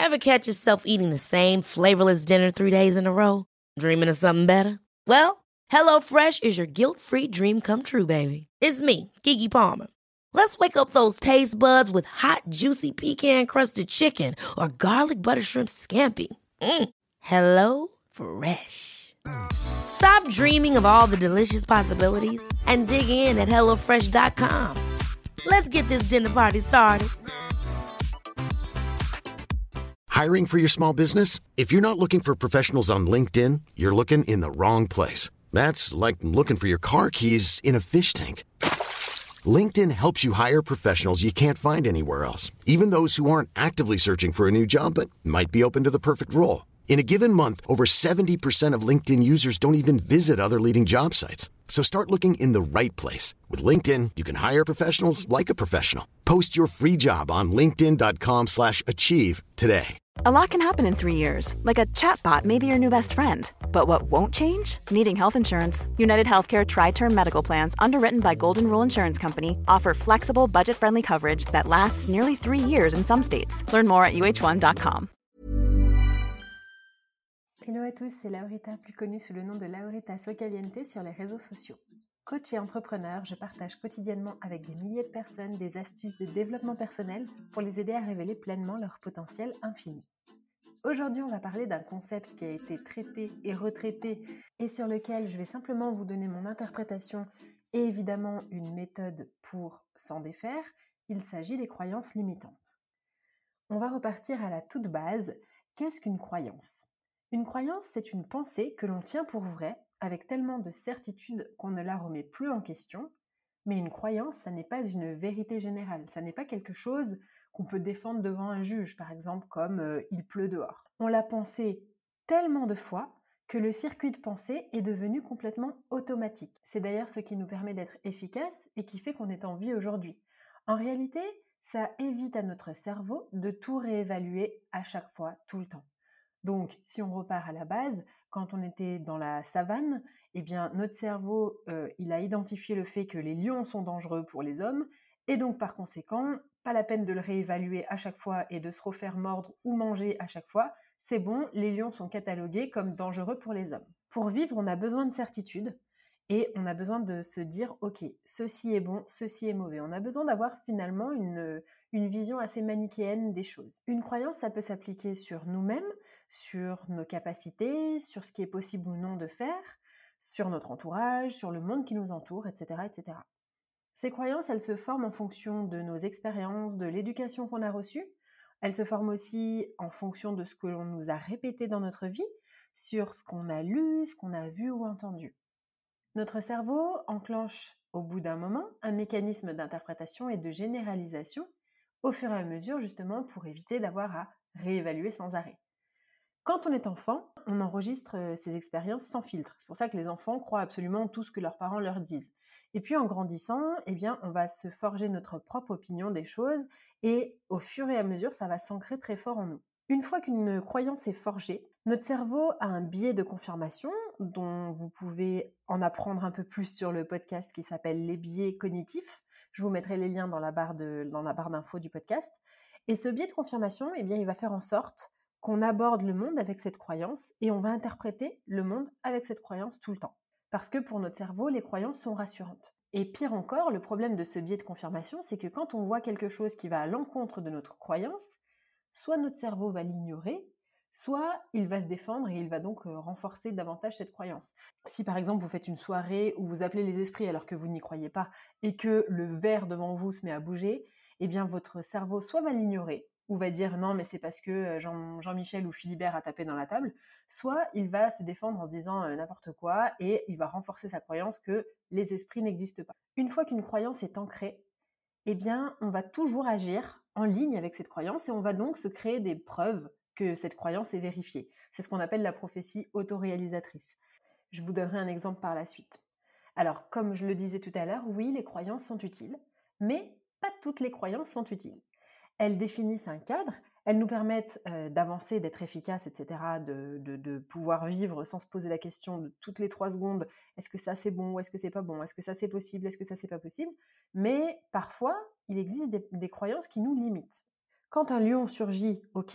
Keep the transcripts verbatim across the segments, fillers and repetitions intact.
Ever catch yourself eating the same flavorless dinner three days in a row? Dreaming of something better? Well, HelloFresh is your guilt-free dream come true, baby. It's me, Keke Palmer. Let's wake up those taste buds with hot, juicy pecan-crusted chicken or garlic butter shrimp scampi. Mm. Hello Fresh. Stop dreaming of all the delicious possibilities and dig in at hello fresh dot com. Let's get this dinner party started. Hiring for your small business? If you're not looking for professionals on LinkedIn, you're looking in the wrong place. That's like looking for your car keys in a fish tank. LinkedIn helps you hire professionals you can't find anywhere else, even those who aren't actively searching for a new job but might be open to the perfect role. In a given month, over seventy percent of LinkedIn users don't even visit other leading job sites. So start looking in the right place. With LinkedIn, you can hire professionals like a professional. Post your free job on linkedin dot com slash achieve today. A lot can happen in three years, like a chatbot may be your new best friend. But what won't change? Needing health insurance. United Healthcare Tri-Term Medical Plans, underwritten by Golden Rule Insurance Company, offer flexible, budget-friendly coverage that lasts nearly three years in some states. Learn more at u h one dot com. Hello à tous, c'est Laurita, plus connue sous le nom de Laurita Socaliente sur les réseaux sociaux. Coach et entrepreneur, je partage quotidiennement avec des milliers de personnes des astuces de développement personnel pour les aider à révéler pleinement leur potentiel infini. Aujourd'hui, on va parler d'un concept qui a été traité et retraité et sur lequel je vais simplement vous donner mon interprétation et évidemment une méthode pour s'en défaire. Il s'agit des croyances limitantes. On va repartir à la toute base. Qu'est-ce qu'une croyance ? Une croyance, c'est une pensée que l'on tient pour vraie avec tellement de certitude qu'on ne la remet plus en question. Mais une croyance, ça n'est pas une vérité générale. Ça n'est pas quelque chose qu'on peut défendre devant un juge, par exemple, comme euh, « il pleut dehors ». On l'a pensé tellement de fois que le circuit de pensée est devenu complètement automatique. C'est d'ailleurs ce qui nous permet d'être efficace et qui fait qu'on est en vie aujourd'hui. En réalité, ça évite à notre cerveau de tout réévaluer à chaque fois, tout le temps. Donc, si on repart à la base, quand on était dans la savane, eh bien, notre cerveau, euh, il a identifié le fait que les lions sont dangereux pour les hommes, et donc par conséquent, pas la peine de le réévaluer à chaque fois et de se refaire mordre ou manger à chaque fois, c'est bon, les lions sont catalogués comme dangereux pour les hommes. Pour vivre, on a besoin de certitude, et on a besoin de se dire, ok, ceci est bon, ceci est mauvais. On a besoin d'avoir finalement une, une vision assez manichéenne des choses. Une croyance, ça peut s'appliquer sur nous-mêmes, sur nos capacités, sur ce qui est possible ou non de faire, sur notre entourage, sur le monde qui nous entoure, et cetera, et cetera. Ces croyances, elles se forment en fonction de nos expériences, de l'éducation qu'on a reçue. Elles se forment aussi en fonction de ce que l'on nous a répété dans notre vie, sur ce qu'on a lu, ce qu'on a vu ou entendu. Notre cerveau enclenche au bout d'un moment un mécanisme d'interprétation et de généralisation au fur et à mesure justement pour éviter d'avoir à réévaluer sans arrêt. Quand on est enfant, on enregistre ces expériences sans filtre. C'est pour ça que les enfants croient absolument tout ce que leurs parents leur disent. Et puis en grandissant, eh bien, on va se forger notre propre opinion des choses et au fur et à mesure, ça va s'ancrer très fort en nous. Une fois qu'une croyance est forgée, notre cerveau a un biais de confirmation dont vous pouvez en apprendre un peu plus sur le podcast qui s'appelle les biais cognitifs. Je vous mettrai les liens dans la barre de, dans la barre d'infos du podcast. Et ce biais de confirmation, eh bien, il va faire en sorte qu'on aborde le monde avec cette croyance et on va interpréter le monde avec cette croyance tout le temps. Parce que pour notre cerveau, les croyances sont rassurantes. Et pire encore, le problème de ce biais de confirmation, c'est que quand on voit quelque chose qui va à l'encontre de notre croyance, soit notre cerveau va l'ignorer, soit il va se défendre et il va donc renforcer davantage cette croyance. Si par exemple vous faites une soirée où vous appelez les esprits alors que vous n'y croyez pas et que le verre devant vous se met à bouger, eh bien votre cerveau soit va l'ignorer, ou va dire non mais c'est parce que Jean, Jean-Michel ou Philibert a tapé dans la table, soit il va se défendre en se disant euh, n'importe quoi et il va renforcer sa croyance que les esprits n'existent pas. Une fois qu'une croyance est ancrée, eh bien on va toujours agir en ligne avec cette croyance et on va donc se créer des preuves que cette croyance est vérifiée. C'est ce qu'on appelle la prophétie autoréalisatrice. Je vous donnerai un exemple par la suite. Alors, comme je le disais tout à l'heure, oui, les croyances sont utiles, mais pas toutes les croyances sont utiles. Elles définissent un cadre, elles nous permettent euh, d'avancer, d'être efficaces, et cetera, de, de, de pouvoir vivre sans se poser la question de toutes les trois secondes, est-ce que ça c'est bon ou est-ce que c'est pas bon, est-ce que ça c'est possible, est-ce que ça c'est pas possible, mais parfois, il existe des, des croyances qui nous limitent. Quand un lion surgit, ok,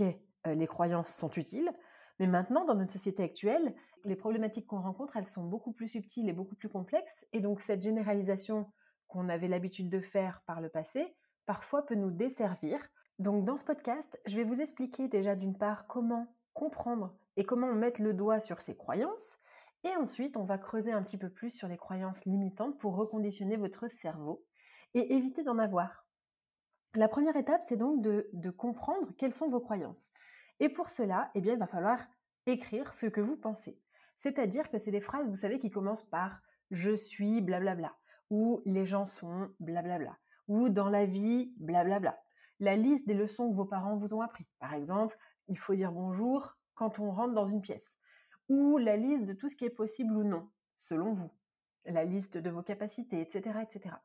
euh, les croyances sont utiles, mais maintenant, dans notre société actuelle, les problématiques qu'on rencontre, elles sont beaucoup plus subtiles et beaucoup plus complexes, et donc cette généralisation qu'on avait l'habitude de faire par le passé, parfois peut nous desservir. Donc dans ce podcast, je vais vous expliquer déjà d'une part comment comprendre et comment mettre le doigt sur ces croyances, et ensuite on va creuser un petit peu plus sur les croyances limitantes pour reconditionner votre cerveau et éviter d'en avoir. La première étape, c'est donc de, de comprendre quelles sont vos croyances. Et pour cela, eh bien, il va falloir écrire ce que vous pensez. C'est-à-dire que c'est des phrases, vous savez, qui commencent par « je suis blablabla » ou « les gens sont blablabla » ou « dans la vie blablabla ». La liste des leçons que vos parents vous ont appris. Par exemple, il faut dire bonjour quand on rentre dans une pièce. Ou la liste de tout ce qui est possible ou non, selon vous. La liste de vos capacités, et cetera, et cetera.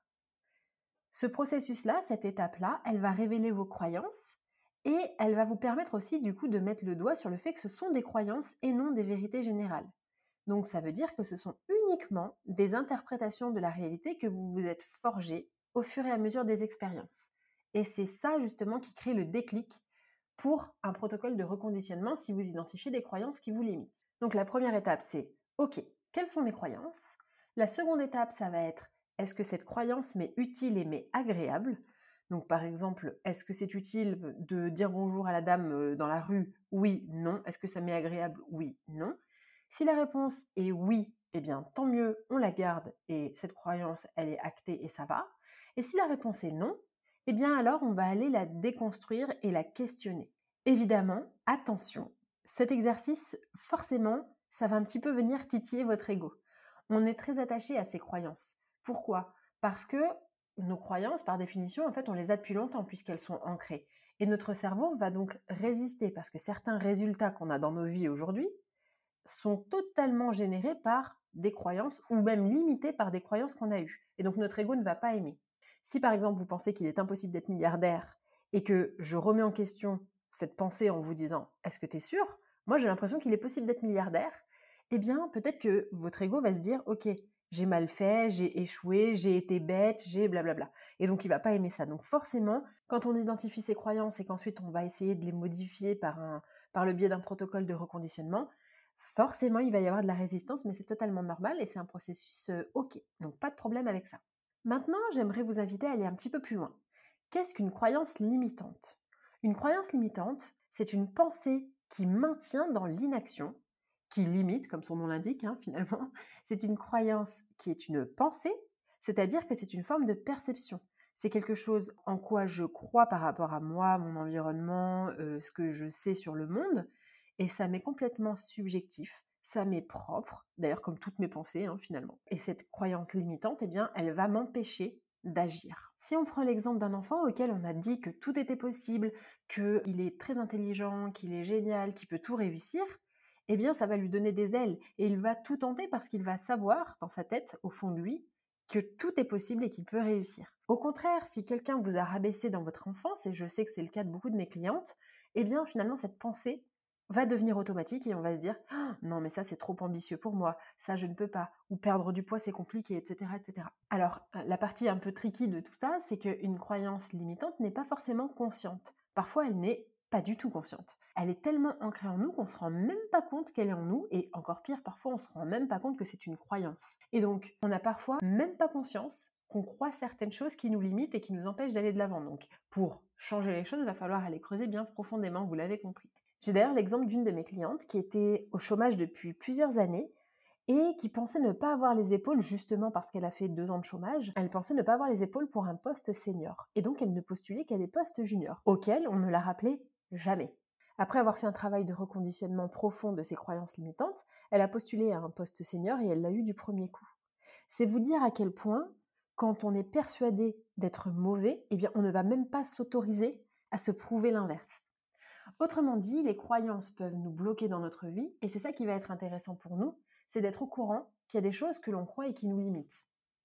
Ce processus-là, cette étape-là, elle va révéler vos croyances et elle va vous permettre aussi du coup de mettre le doigt sur le fait que ce sont des croyances et non des vérités générales. Donc ça veut dire que ce sont uniquement des interprétations de la réalité que vous vous êtes forgées au fur et à mesure des expériences. Et c'est ça justement qui crée le déclic pour un protocole de reconditionnement si vous identifiez des croyances qui vous limitent. Donc la première étape, c'est « Ok, quelles sont mes croyances ?» La seconde étape, ça va être « Est-ce que cette croyance m'est utile et m'est agréable ?» Donc par exemple, est-ce que c'est utile de dire bonjour à la dame dans la rue ? Oui, non. Est-ce que ça m'est agréable ? Oui, non. Si la réponse est oui, eh bien tant mieux, on la garde et cette croyance, elle est actée et ça va. Et si la réponse est non, eh bien alors on va aller la déconstruire et la questionner. Évidemment, attention, cet exercice, forcément, ça va un petit peu venir titiller votre ego. On est très attaché à ces croyances. Pourquoi ? Parce que nos croyances, par définition, en fait, on les a depuis longtemps puisqu'elles sont ancrées. Et notre cerveau va donc résister parce que certains résultats qu'on a dans nos vies aujourd'hui sont totalement générés par des croyances ou même limités par des croyances qu'on a eues. Et donc notre ego ne va pas aimer. Si par exemple vous pensez qu'il est impossible d'être milliardaire et que je remets en question cette pensée en vous disant « Est-ce que tu es sûr ? Moi j'ai l'impression qu'il est possible d'être milliardaire », eh bien peut-être que votre ego va se dire « Ok, j'ai mal fait, j'ai échoué, j'ai été bête, j'ai blablabla ». Et donc il ne va pas aimer ça. Donc forcément, quand on identifie ses croyances et qu'ensuite on va essayer de les modifier par, un, par le biais d'un protocole de reconditionnement, forcément il va y avoir de la résistance, mais c'est totalement normal et c'est un processus euh, ok. Donc pas de problème avec ça. Maintenant, j'aimerais vous inviter à aller un petit peu plus loin. Qu'est-ce qu'une croyance limitante ? Une croyance limitante, c'est une pensée qui maintient dans l'inaction, qui limite, comme son nom l'indique, hein, finalement. C'est une croyance qui est une pensée, c'est-à-dire que c'est une forme de perception. C'est quelque chose en quoi je crois par rapport à moi, mon environnement, euh, ce que je sais sur le monde, et ça m'est complètement subjectif, ça m'est propre, d'ailleurs comme toutes mes pensées hein, finalement. Et cette croyance limitante, eh bien, elle va m'empêcher d'agir. Si on prend l'exemple d'un enfant auquel on a dit que tout était possible, qu'il est très intelligent, qu'il est génial, qu'il peut tout réussir, eh bien ça va lui donner des ailes et il va tout tenter parce qu'il va savoir dans sa tête, au fond de lui, que tout est possible et qu'il peut réussir. Au contraire, si quelqu'un vous a rabaissé dans votre enfance, et je sais que c'est le cas de beaucoup de mes clientes, eh bien finalement cette pensée va devenir automatique et on va se dire oh, « Non mais ça c'est trop ambitieux pour moi, ça je ne peux pas, ou perdre du poids c'est compliqué, et cetera et cetera » Alors la partie un peu tricky de tout ça, c'est qu'une croyance limitante n'est pas forcément consciente. Parfois elle n'est pas du tout consciente. Elle est tellement ancrée en nous qu'on ne se rend même pas compte qu'elle est en nous et encore pire, parfois on ne se rend même pas compte que c'est une croyance. Et donc on n'a parfois même pas conscience qu'on croit certaines choses qui nous limitent et qui nous empêchent d'aller de l'avant. Donc pour changer les choses, il va falloir aller creuser bien profondément, vous l'avez compris. J'ai d'ailleurs l'exemple d'une de mes clientes qui était au chômage depuis plusieurs années et qui pensait ne pas avoir les épaules, justement parce qu'elle a fait deux ans de chômage, elle pensait ne pas avoir les épaules pour un poste senior. Et donc elle ne postulait qu'à des postes juniors, auxquels on ne la rappelait jamais. Après avoir fait un travail de reconditionnement profond de ses croyances limitantes, elle a postulé à un poste senior et elle l'a eu du premier coup. C'est vous dire à quel point, quand on est persuadé d'être mauvais, eh bien on ne va même pas s'autoriser à se prouver l'inverse. Autrement dit, les croyances peuvent nous bloquer dans notre vie et c'est ça qui va être intéressant pour nous, c'est d'être au courant qu'il y a des choses que l'on croit et qui nous limitent.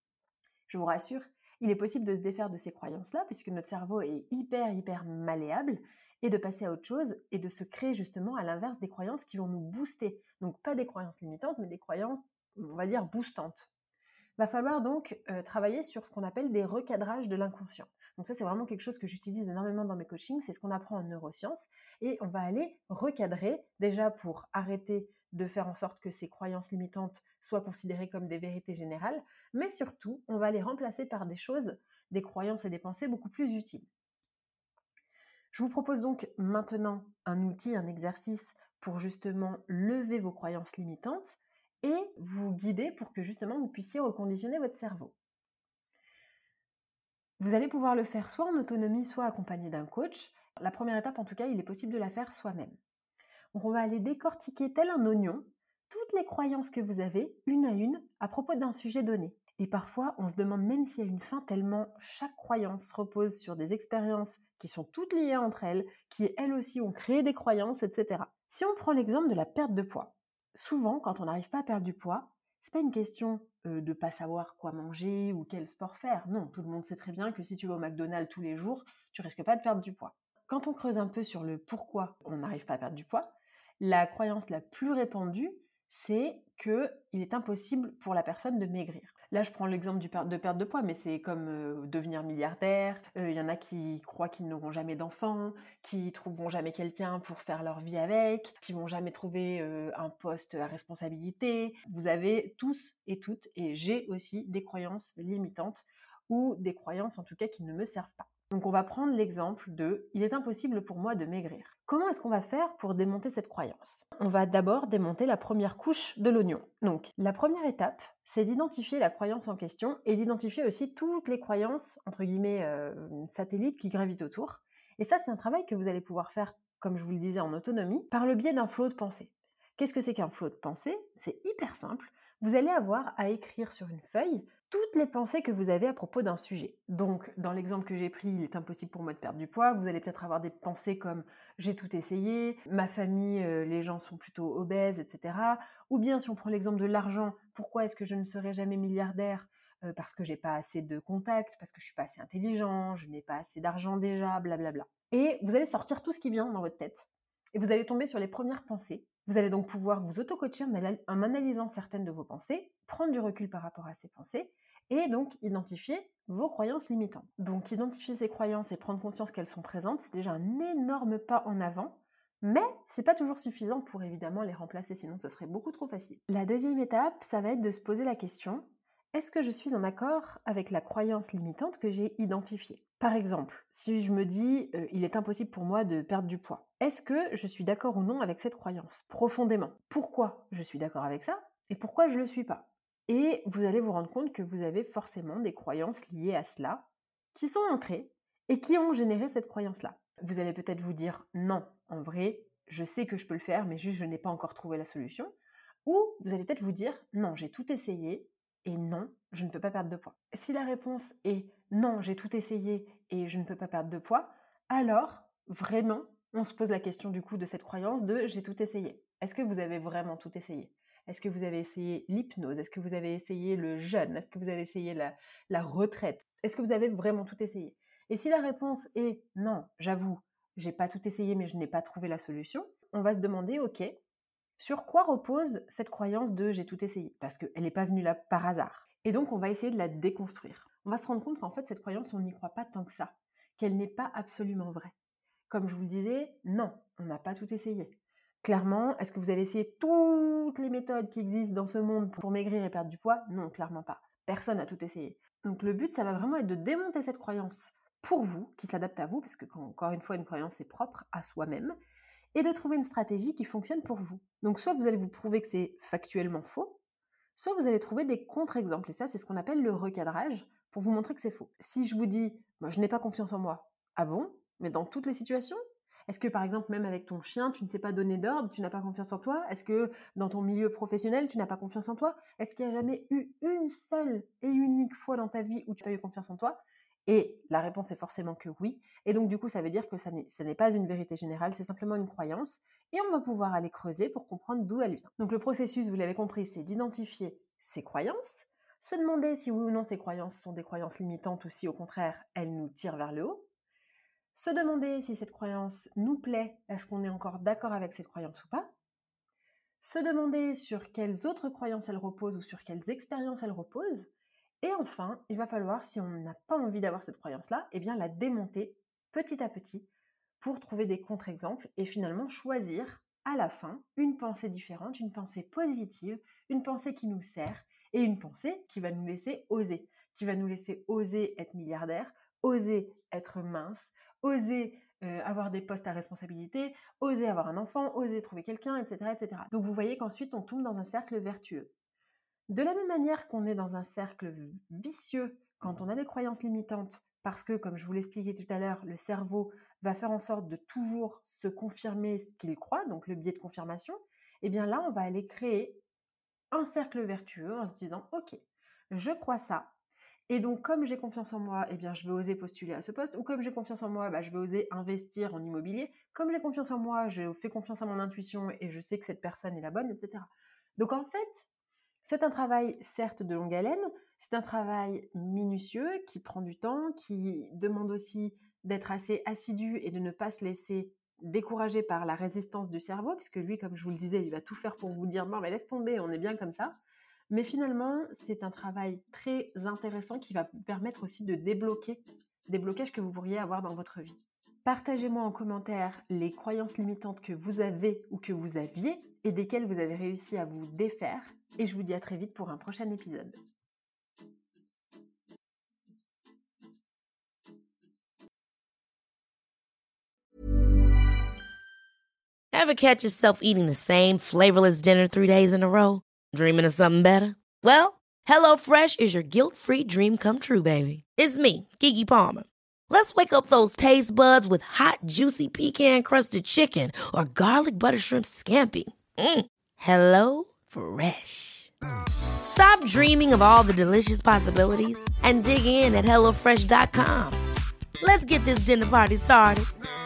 Je vous rassure, il est possible de se défaire de ces croyances-là puisque notre cerveau est hyper, hyper malléable et de passer à autre chose et de se créer justement à l'inverse des croyances qui vont nous booster. Donc pas des croyances limitantes, mais des croyances, on va dire, boostantes. Va falloir donc euh, travailler sur ce qu'on appelle des recadrages de l'inconscient. Donc ça, c'est vraiment quelque chose que j'utilise énormément dans mes coachings, c'est ce qu'on apprend en neurosciences, et on va aller recadrer, déjà pour arrêter de faire en sorte que ces croyances limitantes soient considérées comme des vérités générales, mais surtout, on va les remplacer par des choses, des croyances et des pensées beaucoup plus utiles. Je vous propose donc maintenant un outil, un exercice pour justement lever vos croyances limitantes et vous guider pour que justement vous puissiez reconditionner votre cerveau. Vous allez pouvoir le faire soit en autonomie, soit accompagné d'un coach. La première étape, en tout cas, il est possible de la faire soi-même. Donc on va aller décortiquer tel un oignon toutes les croyances que vous avez, une à une, à propos d'un sujet donné. Et parfois, on se demande même s'il y a une fin tellement chaque croyance repose sur des expériences qui sont toutes liées entre elles, qui elles aussi ont créé des croyances, et cetera. Si on prend l'exemple de la perte de poids, souvent, quand on n'arrive pas à perdre du poids, c'est pas une question euh, de ne pas savoir quoi manger ou quel sport faire. Non, tout le monde sait très bien que si tu vas au McDonald's tous les jours, tu risques pas de perdre du poids. Quand on creuse un peu sur le pourquoi on n'arrive pas à perdre du poids, la croyance la plus répandue, c'est qu'il est impossible pour la personne de maigrir. Là, je prends l'exemple du per- de perte de poids, mais c'est comme euh, devenir milliardaire. Il euh, y en a qui croient qu'ils n'auront jamais d'enfants, qui trouveront jamais quelqu'un pour faire leur vie avec, qui vont jamais trouver euh, un poste à responsabilité. Vous avez tous et toutes, et j'ai aussi des croyances limitantes ou des croyances en tout cas qui ne me servent pas. Donc on va prendre l'exemple de « il est impossible pour moi de maigrir ». Comment est-ce qu'on va faire pour démonter cette croyance ? On va d'abord démonter la première couche de l'oignon. Donc la première étape, c'est d'identifier la croyance en question et d'identifier aussi toutes les croyances, entre guillemets, euh, satellites qui gravitent autour. Et ça, c'est un travail que vous allez pouvoir faire, comme je vous le disais, en autonomie, par le biais d'un flot de pensée. Qu'est-ce que c'est qu'un flot de pensée ? C'est hyper simple. Vous allez avoir à écrire sur une feuille toutes les pensées que vous avez à propos d'un sujet. Donc, dans l'exemple que j'ai pris, il est impossible pour moi de perdre du poids. Vous allez peut-être avoir des pensées comme « j'ai tout essayé »,« ma famille, euh, les gens sont plutôt obèses, et cetera » Ou bien, si on prend l'exemple de l'argent, « pourquoi est-ce que je ne serai jamais milliardaire ? euh, Parce que j'ai pas assez de contacts, parce que je suis pas assez intelligent, je n'ai pas assez d'argent déjà, blablabla. » Et vous allez sortir tout ce qui vient dans votre tête. Et vous allez tomber sur les premières pensées. Vous allez donc pouvoir vous auto-coacher en analysant certaines de vos pensées, prendre du recul par rapport à ces pensées, et donc identifier vos croyances limitantes. Donc identifier ces croyances et prendre conscience qu'elles sont présentes, c'est déjà un énorme pas en avant, mais c'est pas toujours suffisant pour évidemment les remplacer, sinon ce serait beaucoup trop facile. La deuxième étape, ça va être de se poser la question, est-ce que je suis en accord avec la croyance limitante que j'ai identifiée ? Par exemple, si je me dis euh, « il est impossible pour moi de perdre du poids », est-ce que je suis d'accord ou non avec cette croyance ? Profondément. Pourquoi je suis d'accord avec ça et pourquoi je ne le suis pas ? Et vous allez vous rendre compte que vous avez forcément des croyances liées à cela, qui sont ancrées et qui ont généré cette croyance-là. Vous allez peut-être vous dire « non, en vrai, je sais que je peux le faire, mais juste je n'ai pas encore trouvé la solution ». Ou vous allez peut-être vous dire « non, j'ai tout essayé, et non, je ne peux pas perdre de poids ». Si la réponse est « non, j'ai tout essayé et je ne peux pas perdre de poids », alors vraiment, on se pose la question du coup de cette croyance de « j'ai tout essayé ». Est-ce que vous avez vraiment tout essayé ? Est-ce que vous avez essayé l'hypnose ? Est-ce que vous avez essayé le jeûne ? Est-ce que vous avez essayé la, la retraite ? Est-ce que vous avez vraiment tout essayé ? Et si la réponse est « non, j'avoue, j'ai pas tout essayé mais je n'ai pas trouvé la solution », on va se demander « ok, sur quoi repose cette croyance de « j'ai tout essayé » ? Parce qu'elle n'est pas venue là par hasard. Et donc, on va essayer de la déconstruire. On va se rendre compte qu'en fait, cette croyance, on n'y croit pas tant que ça, qu'elle n'est pas absolument vraie. Comme je vous le disais, non, on n'a pas tout essayé. Clairement, est-ce que vous avez essayé toutes les méthodes qui existent dans ce monde pour maigrir et perdre du poids ? Non, clairement pas. Personne n'a tout essayé. Donc le but, ça va vraiment être de démonter cette croyance pour vous, qui s'adapte à vous, parce que encore une fois, une croyance est propre à soi-même, et de trouver une stratégie qui fonctionne pour vous. Donc soit vous allez vous prouver que c'est factuellement faux, soit vous allez trouver des contre-exemples. Et ça, c'est ce qu'on appelle le recadrage, pour vous montrer que c'est faux. Si je vous dis « je n'ai pas confiance en moi », ah bon ? Mais dans toutes les situations ? Est-ce que par exemple, même avec ton chien, tu ne sais pas donner d'ordre, tu n'as pas confiance en toi ? Est-ce que dans ton milieu professionnel, tu n'as pas confiance en toi ? Est-ce qu'il n'y a jamais eu une seule et unique fois dans ta vie où tu n'as pas eu confiance en toi ? Et la réponse est forcément que oui. Et donc du coup, ça veut dire que ça n'est, ça n'est pas une vérité générale, c'est simplement une croyance. Et on va pouvoir aller creuser pour comprendre d'où elle vient. Donc le processus, vous l'avez compris, c'est d'identifier ses croyances, se demander si oui ou non ces croyances sont des croyances limitantes ou si au contraire, elles nous tirent vers le haut. Se demander si cette croyance nous plaît, est-ce qu'on est encore d'accord avec cette croyance ou pas. Se demander sur quelles autres croyances elle repose ou sur quelles expériences elle repose. Et enfin, il va falloir, si on n'a pas envie d'avoir cette croyance-là, eh bien la démonter petit à petit pour trouver des contre-exemples et finalement choisir à la fin une pensée différente, une pensée positive, une pensée qui nous sert et une pensée qui va nous laisser oser, qui va nous laisser oser être milliardaire, oser être mince, oser euh, avoir des postes à responsabilité, oser avoir un enfant, oser trouver quelqu'un, et cetera, et cetera. Donc vous voyez qu'ensuite on tombe dans un cercle vertueux. De la même manière qu'on est dans un cercle vicieux quand on a des croyances limitantes, parce que, comme je vous l'expliquais tout à l'heure, le cerveau va faire en sorte de toujours se confirmer ce qu'il croit, donc le biais de confirmation, et bien là, on va aller créer un cercle vertueux en se disant « Ok, je crois ça, et donc comme j'ai confiance en moi, eh bien je vais oser postuler à ce poste, ou comme j'ai confiance en moi, bah, je vais oser investir en immobilier, comme j'ai confiance en moi, je fais confiance à mon intuition et je sais que cette personne est la bonne, et cetera » Donc en fait, c'est un travail certes de longue haleine, c'est un travail minutieux qui prend du temps, qui demande aussi d'être assez assidu et de ne pas se laisser décourager par la résistance du cerveau, puisque lui, comme je vous le disais, il va tout faire pour vous dire « non mais laisse tomber, on est bien comme ça ». Mais finalement, c'est un travail très intéressant qui va vous permettre aussi de débloquer des blocages que vous pourriez avoir dans votre vie. Partagez-moi en commentaire les croyances limitantes que vous avez ou que vous aviez et desquelles vous avez réussi à vous défaire. Et je vous dis à très vite pour un prochain épisode. Ever catch yourself eating the same flavorless dinner three days in a row? Dreaming of something better? Well, HelloFresh is your guilt-free dream come true, baby. It's me, Keke Palmer. Let's wake up those taste buds with hot, juicy pecan-crusted chicken or garlic butter shrimp scampi. Mm. Hello Fresh. Stop dreaming of all the delicious possibilities and dig in at hello fresh dot com. Let's get this dinner party started.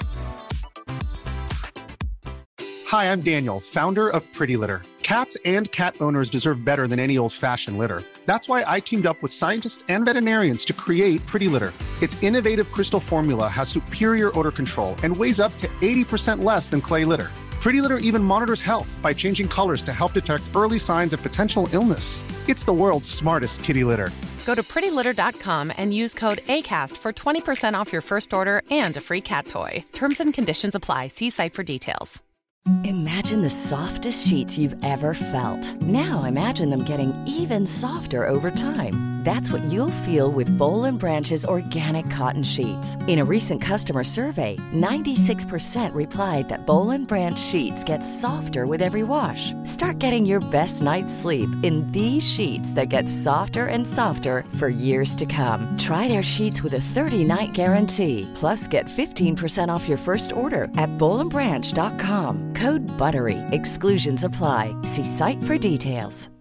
Hi, I'm Daniel, founder of Pretty Litter. Cats and cat owners deserve better than any old-fashioned litter. That's why I teamed up with scientists and veterinarians to create Pretty Litter. Its innovative crystal formula has superior odor control and weighs up to eighty percent less than clay litter. Pretty Litter even monitors health by changing colors to help detect early signs of potential illness. It's the world's smartest kitty litter. Go to pretty litter dot com and use code ACAST for twenty percent off your first order and a free cat toy. Terms and conditions apply. See site for details. Imagine the softest sheets you've ever felt. Now imagine them getting even softer over time. That's what you'll feel with Boll and Branch's organic cotton sheets. In a recent customer survey, ninety-six percent replied that Boll and Branch sheets get softer with every wash. Start getting your best night's sleep in these sheets that get softer and softer for years to come. Try their sheets with a thirty-night guarantee. Plus, get fifteen percent off your first order at boll and branch dot com. Code BUTTERY. Exclusions apply. See site for details.